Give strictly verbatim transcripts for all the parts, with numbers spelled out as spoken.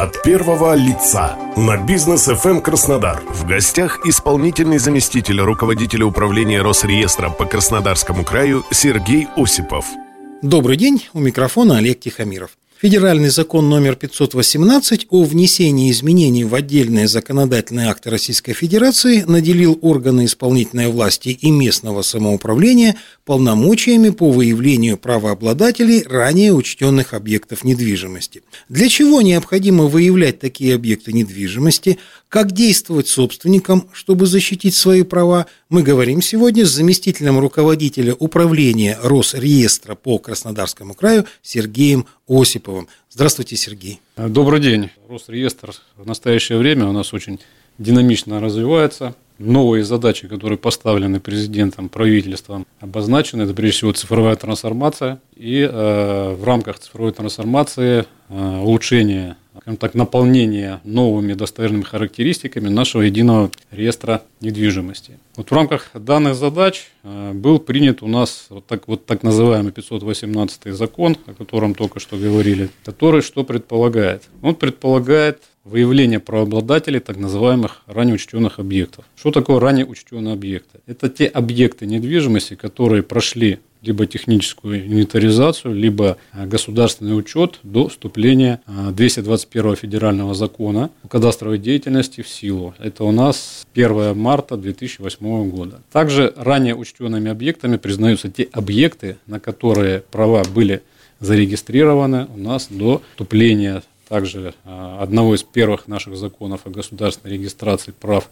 От первого лица на Бизнес эф эм Краснодар. В гостях исполнительный заместитель руководителя управления Росреестра по Краснодарскому краю Сергей Осипов. Добрый день, у микрофона Олег Тихомиров. Федеральный закон номер пятьсот восемнадцать о внесении изменений в отдельные законодательные акты Российской Федерации наделил органы исполнительной власти и местного самоуправления полномочиями по выявлению правообладателей ранее учтенных объектов недвижимости. Для чего необходимо выявлять такие объекты недвижимости, как действовать собственникам, чтобы защитить свои права, мы говорим сегодня с заместителем руководителя управления Росреестра по Краснодарскому краю Сергеем Осиповым. Здравствуйте, Сергей. Добрый день. Росреестр в настоящее время у нас очень динамично развивается. Новые задачи, которые поставлены президентом, правительством, обозначены. Это прежде всего цифровая трансформация. И э, в рамках цифровой трансформации э, улучшение, скажем так, наполнение новыми достоверными характеристиками нашего единого реестра недвижимости. Вот в рамках данных задач э, был принят у нас вот так, вот так называемый пятьсот восемнадцатый закон, о котором только что говорили, который что предполагает? Он предполагает выявление правообладателей так называемых ранее учтенных объектов. Что такое ранее учтенные объекты? Это те объекты недвижимости, которые прошли либо техническую инвентаризацию, либо государственный учет до вступления двести двадцать первого федерального закона о кадастровой деятельности в силу. Это у нас первого марта две тысячи восьмого года. Также ранее учтенными объектами признаются те объекты, на которые права были зарегистрированы у нас до вступления также одного из первых наших законов о государственной регистрации прав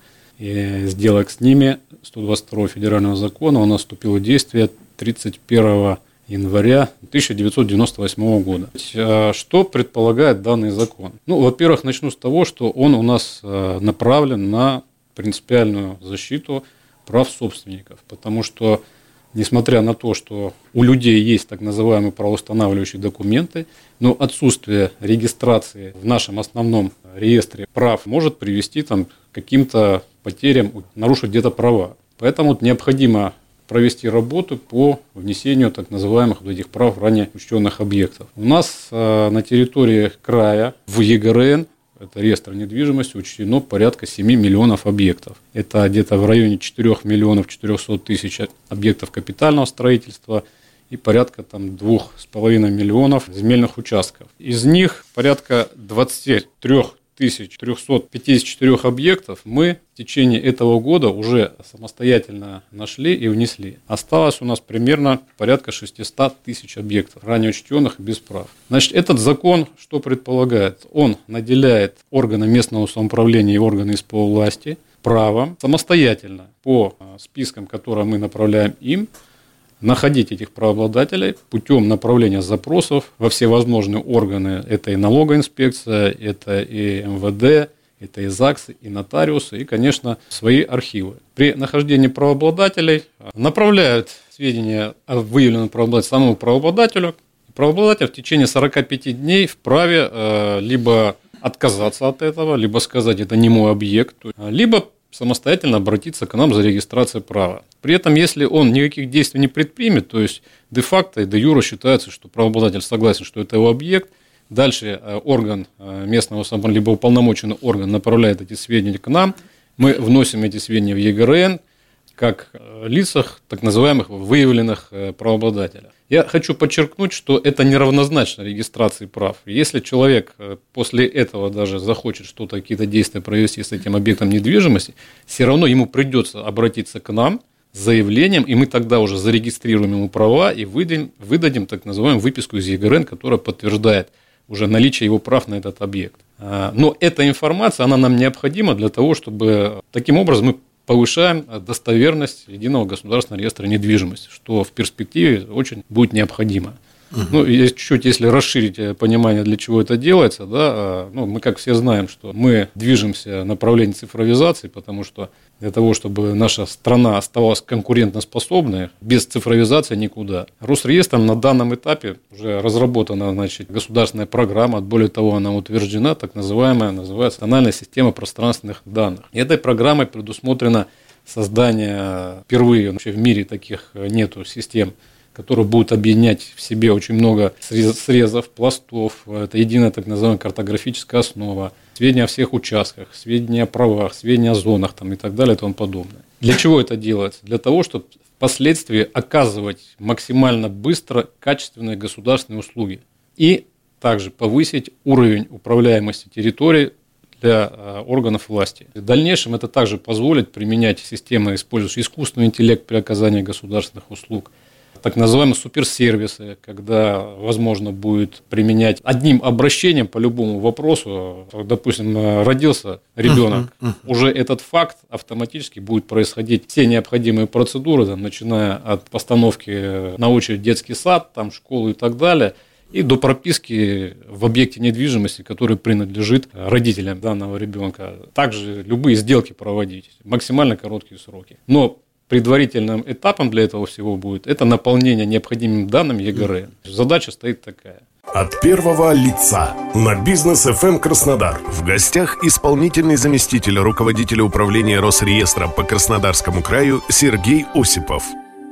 и сделок с ними, сто двадцать второго федерального закона, у нас вступило в действие тридцать первого января тысяча девятьсот девяносто восьмого года. Что предполагает данный закон? Ну, во-первых, начну с того, что он у нас направлен на принципиальную защиту прав собственников, потому что несмотря на то, что у людей есть так называемые правоустанавливающие документы, но отсутствие регистрации в нашем основном реестре прав может привести там, к каким-то потерям, нарушить где-то права. Поэтому вот необходимо провести работу по внесению так называемых вот этих прав ранее учтенных объектов. У нас э, на территории края в е гэ эр эн, это реестр недвижимости, учтено порядка семь миллионов объектов. Это где-то в районе четыре миллиона четыреста тысяч объектов капитального строительства и порядка там, два с половиной миллионов земельных участков. Из них порядка двадцать три тысячи триста пятьдесят четыре объектов мы в течение этого года уже самостоятельно нашли и внесли. Осталось у нас примерно порядка шестьсот тысяч объектов, ранее учтенных без прав. Значит, этот закон что предполагает? Он наделяет органы местного самоуправления и органы исполвласти правом самостоятельно по спискам, которые мы направляем им, находить этих правообладателей путем направления запросов во всевозможные органы. Это и налогоинспекция, это и эм вэ дэ, это и ЗАГСы, и нотариусы, и, конечно, свои архивы. При нахождении правообладателей направляют сведения о выявленном правообладателе самому правообладателю. Правообладатель в течение сорока пяти дней вправе э, либо отказаться от этого, либо сказать, это не мой объект, либо самостоятельно обратиться к нам за регистрацией права. При этом, если он никаких действий не предпримет, то есть де-факто и де-юре считается, что правообладатель согласен, что это его объект, дальше орган местного самоуправления, либо уполномоченный орган направляет эти сведения к нам, мы вносим эти сведения в е гэ эр эн, как лицах так называемых выявленных правообладателя. Я хочу подчеркнуть, что это неравнозначно регистрации прав. Если человек после этого даже захочет что-то, какие-то действия провести с этим объектом недвижимости, все равно ему придется обратиться к нам с заявлением, и мы тогда уже зарегистрируем ему права и выдадим, выдадим так называемую выписку из е гэ эр эн, которая подтверждает уже наличие его прав на этот объект. Но эта информация, она нам необходима для того, чтобы таким образом мы повышаем достоверность единого государственного реестра недвижимости, что в перспективе очень будет необходимо. Угу. Ну, и чуть-чуть, если расширить понимание, для чего это делается, да, ну, мы, как все знаем, что мы движемся в направлении цифровизации, потому что для того, чтобы наша страна оставалась конкурентоспособной, без цифровизации никуда. Росреестром на данном этапе уже разработана, значит, государственная программа, более того, она утверждена, так называемая, называется национальная система пространственных данных. И этой программой предусмотрено создание, впервые вообще в мире таких нету систем, который будет объединять в себе очень много срезов, пластов. Это единая так называемая картографическая основа, сведения о всех участках, сведения о правах, сведения о зонах там, и так далее и тому подобное. Для чего это делается? Для того, чтобы впоследствии оказывать максимально быстро качественные государственные услуги и также повысить уровень управляемости территории для органов власти. В дальнейшем это также позволит применять системы, использующие искусственный интеллект при оказании государственных услуг, так называемые суперсервисы, когда возможно будет применять одним обращением по любому вопросу. Допустим, родился ребенок, uh-huh, uh-huh. уже этот факт автоматически будет происходить все необходимые процедуры, там, начиная от постановки на очередь в детский сад, там, школу и так далее, и до прописки в объекте недвижимости, который принадлежит родителям данного ребенка. Также любые сделки проводить, максимально короткие сроки. Но предварительным этапом для этого всего будет это наполнение необходимыми данными ЕГРН. Задача стоит такая. От первого лица на Бизнес эф эм Краснодар. В гостях исполнительный заместитель руководителя управления Росреестра по Краснодарскому краю Сергей Осипов.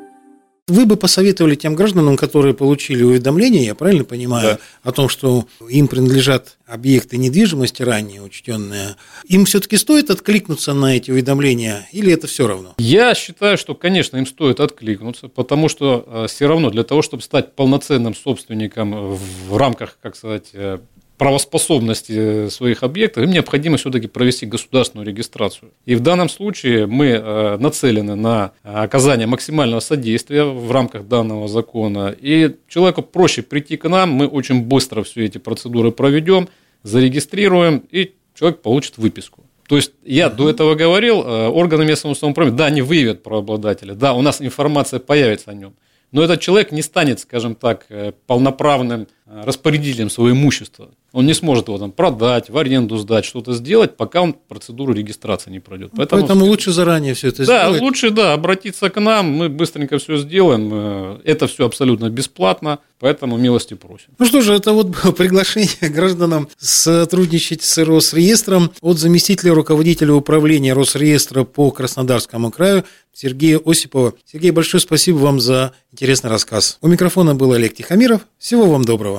Вы бы посоветовали тем гражданам, которые получили уведомление, я правильно понимаю, да, о том, что им принадлежат объекты недвижимости ранее учтенные, им все-таки стоит откликнуться на эти уведомления или это все равно? Я считаю, что, конечно, им стоит откликнуться, потому что все равно для того, чтобы стать полноценным собственником в рамках, как сказать, правоспособности своих объектов, им необходимо все-таки провести государственную регистрацию. И в данном случае мы нацелены на оказание максимального содействия в рамках данного закона. И человеку проще прийти к нам, мы очень быстро все эти процедуры проведем, зарегистрируем, и человек получит выписку. То есть я uh-huh. до этого говорил, органы местного самоуправления, да, они выявят правообладателя, да, у нас информация появится о нем. Но этот человек не станет, скажем так, полноправным распорядителем своего имущества. Он не сможет его там продать, в аренду сдать, что-то сделать, пока он процедуру регистрации не пройдет. Поэтому, Поэтому лучше заранее все это да, сделать. Да, лучше да, обратиться к нам, мы быстренько все сделаем. Это все абсолютно бесплатно, поэтому милости просим. Ну что же, это вот приглашение гражданам сотрудничать с Росреестром от заместителя руководителя управления Росреестра по Краснодарскому краю Сергея Осипова. Сергей, большое спасибо вам за интересный рассказ. У микрофона был Олег Тихомиров. Всего вам доброго.